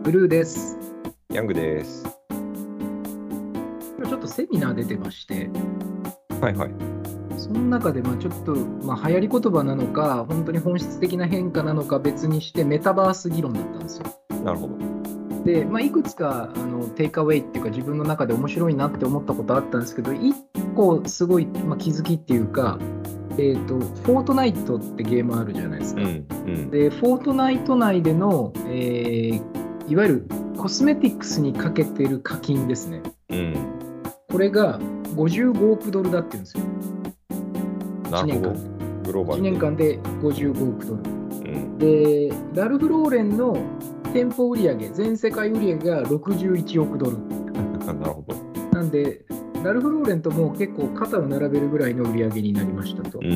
ブルーです。 ヤングです。 今日ちょっとセミナー出てまして、 はいはい。 その中でちょっと、流行り言葉なのか、本当に本質的な変化なのか別にして、メタバース議論だったんですよ。 なるほど。 で、いくつかテイクアウェイっていうか、自分の中で面白いなって思ったことあったんですけど、一個すごい、気づきっていうか、フォートナイトってゲームあるじゃないですか。 うんうん。 で、フォートナイト内での、いわゆるコスメティックスにかけてる課金ですね。 うん。 これが55億ドルだっていうんですよ。1年間なるほど。グローバ 1 ルで。 年間で55億ドル。 うん。 で、ラルフ・ローレンの店舗売上、全世界売上が61億ドル。 なるほど。 なんで、ラルフ・ローレンとも結構肩を並べるぐらいの売り上げになりましたと。 うん。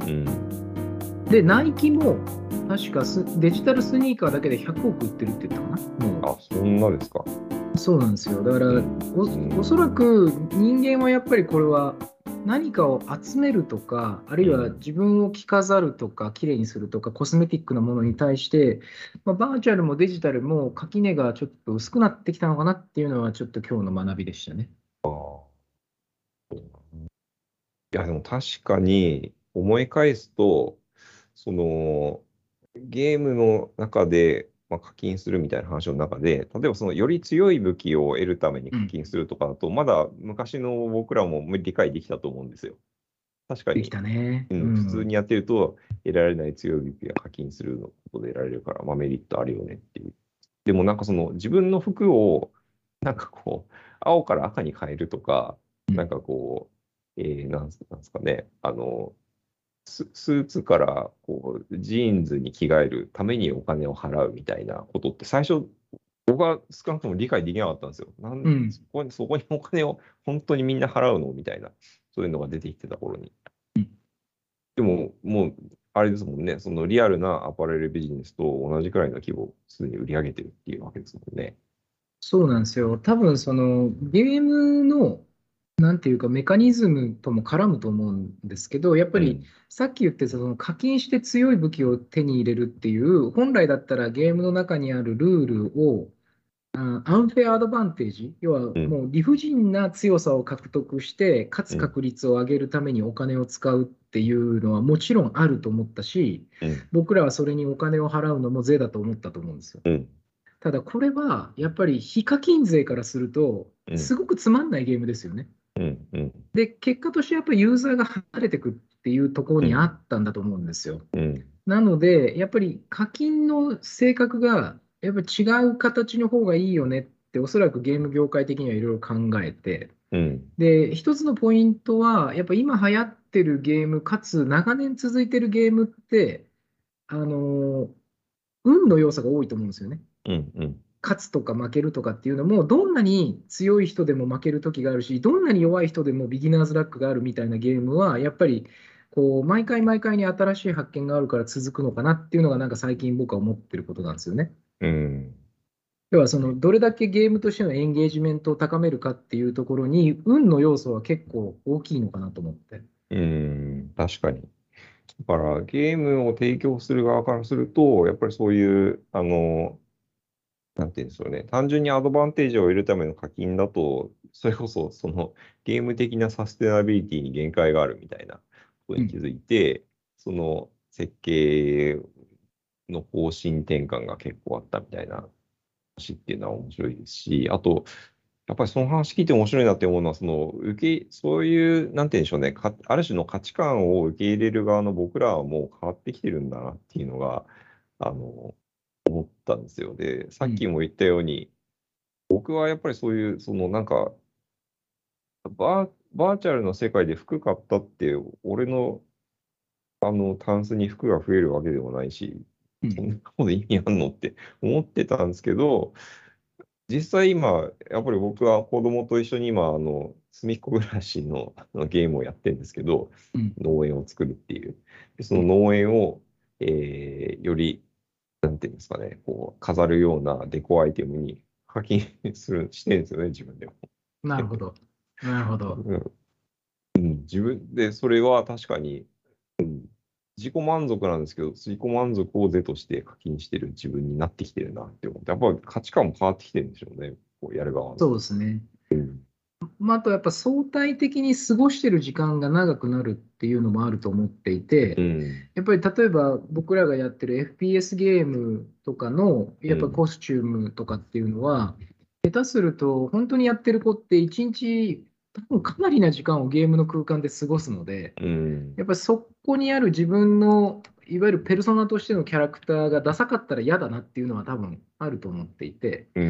うん。 で、ナイキも確かデジタルスニーカーだけで100億売ってるって言ったかな。もあ、そんなですか。 そうなんですよ。だからうん。うん。 おそらく人間はやっぱりこれは何かを集めるとか、あるいはうん。 自分を着飾るとか、きれいにするとか、コスメティックなものに対して、バーチャルもデジタルも垣根がちょっと薄くなってきたのかなっていうのは、ちょっと今日の学びでしたね。 ああ。いや、でも確かに思い返すと、その、ゲームの中で、課金するみたいな話の中で、例えばそのより強い武器を得るためにうん。 課金するとかだと、まだ昔の僕らも理解できたと思うんですよ。確かに、 できたね。う普通ん。 にやってると、得られない強い武器が課金するのことで得られるから、メリットあるよねっていう。でもなんかその自分の服を、青から赤に変えるとか、 うん。 なんかこなんですかね、スーツからジーンズに着替えるためにお金を払うみたいなことって最初、僕は少なくとも理解できなかったんですよ。 うん。 そこにお金を本当にみんな払うのみたいな、そういうのが出てきてた頃に。でも、もう、あれですもんね、そのリアルなアパレルビジネスと同じくらいの規模をすでに売り上げてるっていうわけですもんね。 そうなんですよ。多分そのゲームのなんていうかメカニズムとも絡むと思うんですけど、やっぱりうん、 さっき言ってたその課金して強い武器を手に入れるっていう、本来だったらゲームの中にあるルールをアンフェアアドバンテージ、要はうん、 もう理不尽な強さを獲得して、かつうん、 確率を上げるためにお金を使うっていうのはもちろんあると思ったし、 うん、 僕らはそれにお金を払うのも税だと思ったと思うんですよ。 うん、 ただこれはやっぱり非課金税からすると、 うん、 すごくつまんないゲームですよね。 うん、うん、 で、結果としてやっぱりユーザーが離れていくっていうところうん、 にあったんだと思うんですよ。 うん、 なので、やっぱり課金の性格がやっぱり違う形の方がいいよねって、おそらくゲーム業界的にはいろいろ考えて、 うん、 で、一つのポイントは、やっぱ今流行ってるゲーム、かつ長年続いてるゲームって、あの、運の要素が多いと思うんですよね。 うん、うん、 勝つとか負けるとかっていうのも、どんなに強い人でも負ける時があるし、どんなに弱い人でもビギナーズラックがあるみたいなゲームは、やっぱりこう毎回毎回に新しい発見があるから続くのかなっていうのが、なんか最近僕は思ってることなんですよね。 うん。 要はそのどれだけゲームとしてのエンゲージメントを高めるかっていうところに、運の要素は結構大きいのかなと思って。 確かに。だからゲームを提供する側からすると、やっぱりそういう、なんていうんでしょうね、単純にアドバンテージを得るための課金だと、それこそそのゲーム的なサステナビリティに限界があるみたいなことうん。 に気づいて、その設計の方針転換が結構あったみたいな話っていうのは面白いですし、あと、やっぱりその話聞いて面白いなって思うのは、そういう、なんて言うんでしょうね、ある種の価値観を受け入れる側の僕らはもう変わってきてるんだなっていうのが、あの、思ったんですよ。で、さうん。 っきも言ったように、僕はやっぱりそういう、バーチャルの世界で服買ったって、俺の、タンスに服が増えるわけでもないし、 うん。 そんなこと意味あんのって思ってたんですけど、実際今、やっぱり僕は子供と一緒に今、隅っこ暮らしの、ゲームをやってるんですけど、 うん。 農園を作るっていう。で、そのうん。 農園を、より、なんていうんですかね、飾るようなデコアイテムに課金してるんですよね、自分でも。 なるほど。なるほど。 うん、自分で、それは確かに、 自己満足なんですけど、自己満足を是として課金してる自分になってきてるなって思って、やっぱり価値観も変わってきてるんでしょうね、こうやる側の。 そうですね。あとやっぱ相対的に過ごしてる時間が長くなるっていうのもあると思っていて、 うん、 やっぱり例えば僕らがやってる FPS ゲームとかのやっぱうん、 コスチュームとかっていうのは、下手すると本当にやってる子って一日多分かなりな時間をゲームの空間で過ごすので、 うん、 やっぱりそこにある自分のいわゆるペルソナとしてのキャラクターがダサかったら嫌だなっていうのは多分あると思っていて、 うん、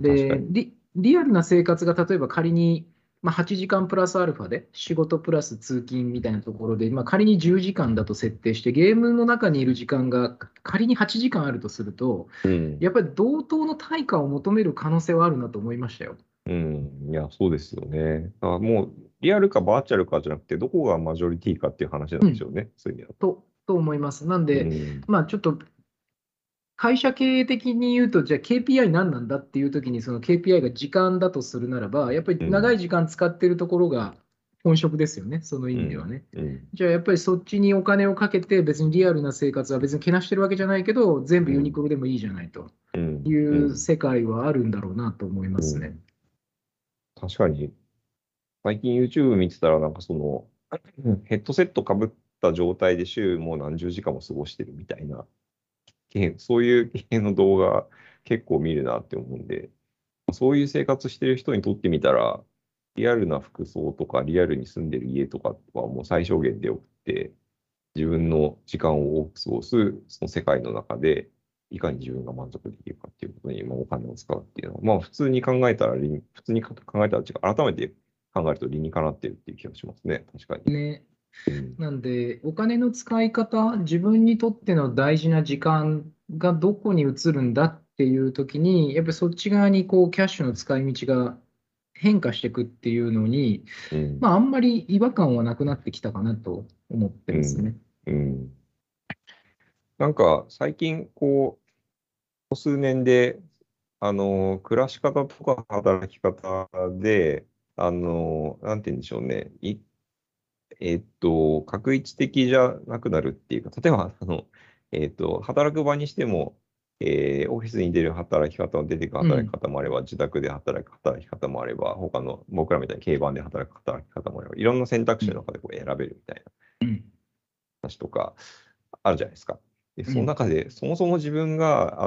確かで、 に。 リアルな生活が例えば仮に、8時間プラスアルファで仕事プラス通勤みたいなところで、仮に10時間だと設定して、ゲームの中にいる時間が仮に8時間あるとすると、 うん、 やっぱり同等の対価を求める可能性はあるなと思いましたよ。 うん、いや、そうですよね。だからもう、リアルかバーチャルかじゃなくて、どこがマジョリティかっていう話なんうん、 でしょうね、そういう意味だと。 と思います。なんうで、 ん、 ちょっと会社経営的に言うと、じゃあ KPI 何なんだっていうときに、その KPI が時間だとするならば、やっぱりうん、 長い時間使ってるところが本職ですよね、その意うん、 味ではね。 うん、 じゃあやっぱりそっちにお金をかけて、別にリアルな生活は別にけなしてるわけじゃないけど、全部ユニうん、 クロでもいいじゃないとうん、 いううん、 世界はあるんだろうなと思いますね。 うん。確かに、最近 YouTube 見てたら、なんかその、ヘッドセットかぶった状態で週もう何十時間も過ごしてるみたいな、そういう系の動画結構見るなって思うんで、そういう生活してる人にとってみたら、リアルな服装とか、リアルに住んでる家とかはもう最小限でよくて、自分の時間を多く過ごす、その世界の中で、いかに自分が満足できるかっていうことに、お金を使うっていうのは、普通に考えたら普通に考えたら違う、改めて考えると理にかなってるっていう気がしますね、確かに。 ね。 うん。 なんで、お金の使い方、自分にとっての大事な時間がどこに移るんだっていうときに、やっぱりそっち側にこうキャッシュの使い道が変化していくっていうのに、 うん。 あんまり違和感はなくなってきたかなと思ってうん。 ますね。 うん。なんか、最近、ここ数年で、暮らし方とか働き方で、なんて言うんでしょうね。画一的じゃなくなるっていうか、例えば、働く場にしても、オフィスに出る働き方も出てく働きうん、 方もあれば、自宅で働く働き方もあれば、他の僕らみたいに競馬で働く働き方もあれば、いろんな選択うん、 肢の中で選べるみたいなうん、 話とかあるじゃないですか。で、そのうん、 中で、そもそも自分が、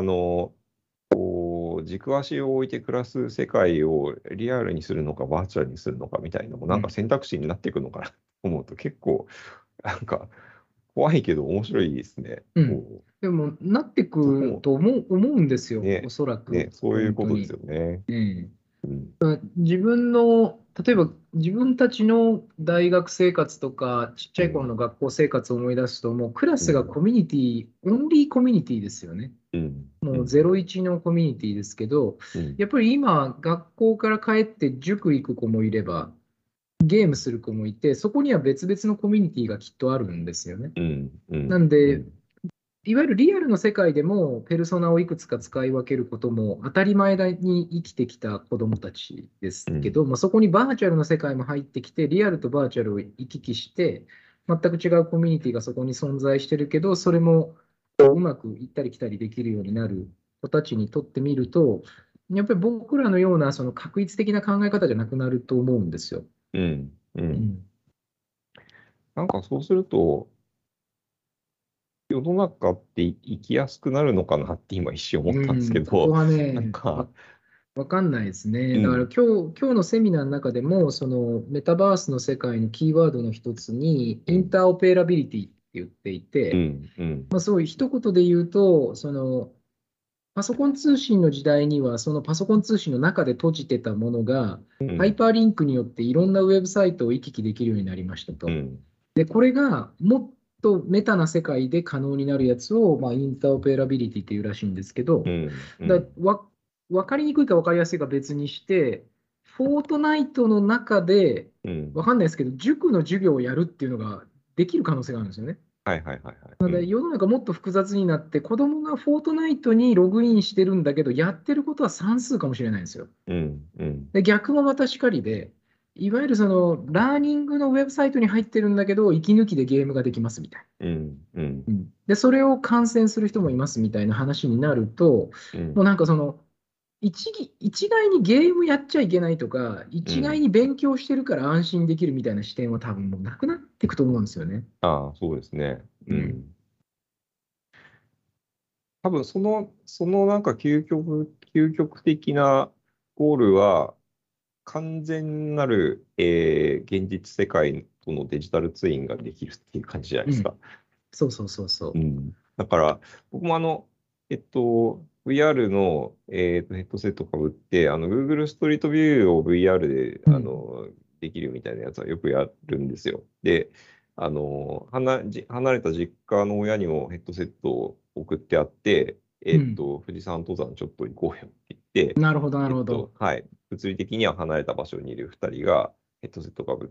軸足を置いて暮らす世界をリアルにするのか、バーチャルにするのかみたいなのも、なんかうん。 選択肢になっていくのかなと思うと、結構、なんか、怖いけど面白いですね。 うん。でも、なってそこも、 くと思うんですよ、おね、 そらく、 ね、そういうことです本当に。 よね。 ええうん、 自分の、例えば自分たちの大学生活とか、ちっちゃい頃うん、 の学校生活を思い出すと、もうクラスがうん、 コミュニティ、オンリーコミュニティですよね。 うん、うもうん、 01のコミュニティですけど、 うん、 やっぱり今、学校から帰って塾行く子もいれば、ゲームする子もいて、そこには別々のコミュニティがきっとあるんですよね。 うん、うん、 なんで、 うん、 いわゆるリアルの世界でも、ペルソナをいくつか使い分けることも当たり前に生きてきた子どもたちですうん、 けど、そこにバーチャルの世界も入ってきて、リアルとバーチャルを行き来して、全く違うコミュニティがそこに存在してるけど、それもこううまく行ったり来たりできるようになる子たちにとってみると、やっぱり僕らのようなその画一的な考え方じゃなくなると思うんですよ。 うん、うん。 うん。 なんかそうすると、世の中って生きやすくなるのかなって今一瞬思ったんですけそこど、 はなんね、 か、 わかんないですね。だからうん、 今日のセミナーの中でも、そのメタバースの世界のキーワードの一つに、 うん、 インターオペラビリティって言っていて、 うん、うん、 そういう一言で言うと、そのパソコン通信の時代には、そのパソコン通信の中で閉じてたものが、 うん、 ハイパーリンクによっていろんなウェブサイトを行き来できるようになりましたと。 うん、 で、これがもっとメタな世界で可能になるやつを、インターオペラビリティっていうらしいんですけど、 うん、うだん、 分かりにくいか分かりやすいか別にして、フォートナイトの中で、 うん。 分かんないですけど、塾の授業をやるっていうのができる可能性があるんですよね。 はいはいはいはい。 なので、 うん、 世の中もっと複雑になって、子供がフォートナイトにログインしてるんだけど、やってることは算数かもしれないんですよ。 うん、うん、 で、逆もまたしかりで、 いわゆるそのラーニングのウェブサイトに入ってるんだけど、息抜きでゲームができますみたいうん、うん、 な。で、それを観戦する人もいますみたいな話になると、 うん、 もうなんかその、一概にゲームやっちゃいけないとか、 うん。 一概に勉強してるから安心できるみたいな視点は多分もうなくなっていくと思うんですよね。 ああ、そうですね。ううん。 ん。多分そのなんか究極的なゴールは、完全なる、現実世界とのデジタルツインができるっていう感じじゃないでうん。 すか。 そうそうそうそうん。だから、僕もVR の、ヘッドセットかぶって、Google ストリートビューを VR で、 う。うん。 できるみたいなやつはよくやるんですよ。で、離れた実家の親にもヘッドセットを送ってあって、 うん。 富士山登山ちょっと行こうよって言って、 なるほど、なるほど。 はい、物理的には離れた場所にいる2人がヘッドセットかぶって、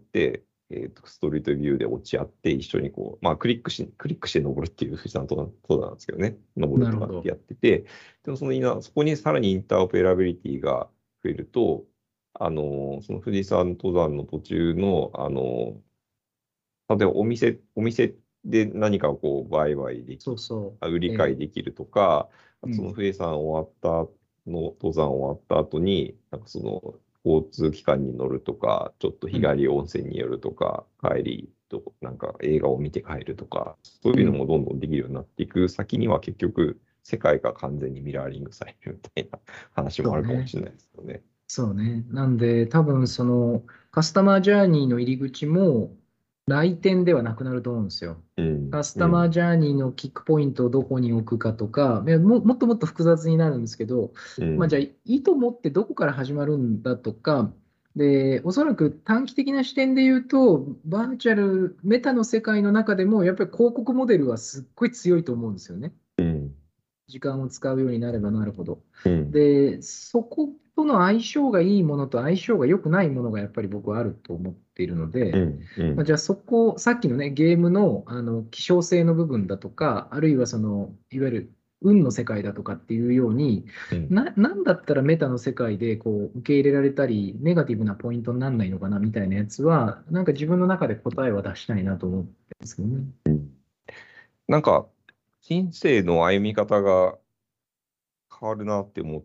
ストリートビューで落ち合って一緒にこう、まあ、クリックして登るっていう富士山登山なんですけどね、登るなるほど。 とかってやってて、でもそこにさらにインターオペラビリティが増えると、その富士山登山の途中の、例えばお店で何かをこう売買でき、 そうそ売う。 り買いできるとか、あとそのうん。 富士山終わった登山終わった後に、なんかその交通機関に乗るとか、ちょっと日うん。 帰り温泉に寄るとか、帰りとなんか映画を見て帰るとか、そういうのうん。 もどんどんできるようになっていく先には結局、世界が完全にミラーリングされるみたいな話もあるかもそうね。 しれないですよね。 そうね。なんで、多分そのカスタマージャーニーの入り口も来店ではなくなると思うんですよ。 うん、 カスタマーうん、 ジャーニーのキックポイントをどこに置くかとか、もっともっと複雑になるんですけど、まあ、じゃあ、 うん、 意図持ってどこから始まるんだとか、で、おそらく短期的な視点で言うと、バーチャル、メタの世界の中でも、やっぱり広告モデルはすっごい強いと思うんですよね。 うん、 時間を使うようになればなるほど。 うん、 で、そことの相性がいいものと相性が良くないものがやっぱり僕はあると思っているので、 うん、うまあ、 ん、 じゃあそこ、さっきのね、ゲームの、希少性の部分だとか、あるいはその、いわゆる運の世界だとかっていうように、 うん。 なんだったらメタの世界でこう受け入れられたり、ネガティブなポイントにならないのかなみたいなやつは、なんか自分の中で答えは出したいなと思ってるんですけどね。 なんか、人生の歩み方が変わるなって思って、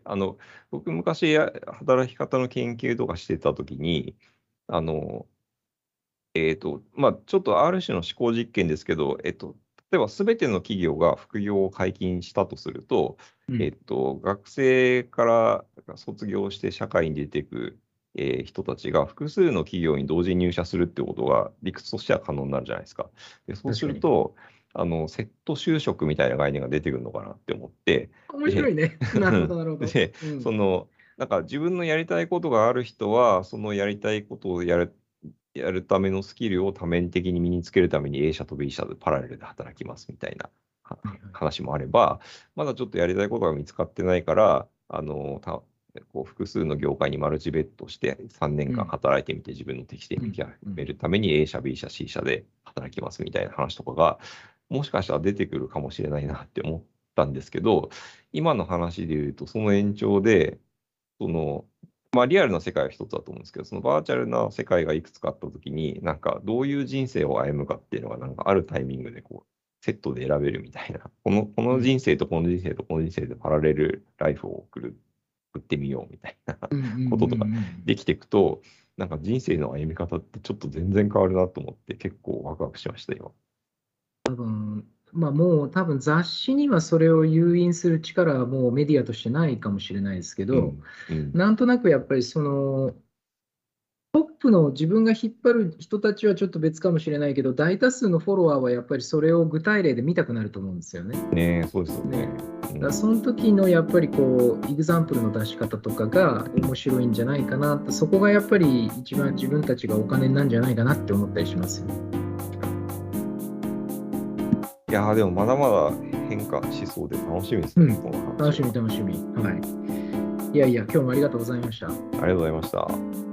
僕昔働き方の研究とかしてた時に、あの、まあ、ちょっとある種の思考実験ですけど、例えば全ての企業が副業を解禁したとすると、 うん。 学生から卒業して社会に出ていく、人たちが複数の企業に同時に入社するってことが理屈としては可能になるじゃないですか。で、そうす確かに。 ると、セット就職みたいな概念が出てくるのかなって思って、 面白で、 いね。なるほど、なるほど。 で、 うん。 なんか自分のやりたいことがある人は、そのやりたいことをやるためのスキルを多面的に身につけるために A 社と B 社でパラレルで働きますみたいなはいはい。 話もあれば、まだちょっとやりたいことが見つかってないから、こう複数の業界にマルチベットして3年間うん。 働いてみて自分の適性を見極うん。うん。 めるために A 社、B 社、C 社で働きますみたいな話とかが、もしかしたら出てくるかもしれないなって思ったんですけど、今の話で言うと、その延長で、その、まあ、リアルな世界は一つだと思うんですけど、そのバーチャルな世界がいくつかあったときに、なんかどういう人生を歩むかっていうのが、なんかあるタイミングでこう、セットで選べるみたいな、このうん。 人生とこの人生とこの人生でパラレルライフを送ってみようみたいなうん。うん。うん。 こととかうん。 できていくと、なんか人生の歩み方ってちょっと全然変わるなと思って、結構ワクワクしました、今。 まあ、もう多分雑誌にはそれを誘引する力はもうメディアとしてないかもしれないですけど、 うん、うん、 なんとなくやっぱりそのトップの自分が引っ張る人たちはちょっと別かもしれないけど、大多数のフォロワーはやっぱりそれを具体例で見たくなると思うんですよね。 ねえ、そうですよね。 ね。うだからん、 その時のやっぱりこう、エグザンプルの出し方とかが面白いんじゃないかなって、そこがやっぱり一番自分たちがお金になるんじゃないかなって思ったりしますよね。 いやー、でもまだまだ変化しそうで楽しみですね、 うん。 この話楽しみは。 楽しみ。はい。いやいや、今日もありがとうございました。 ありがとうございました。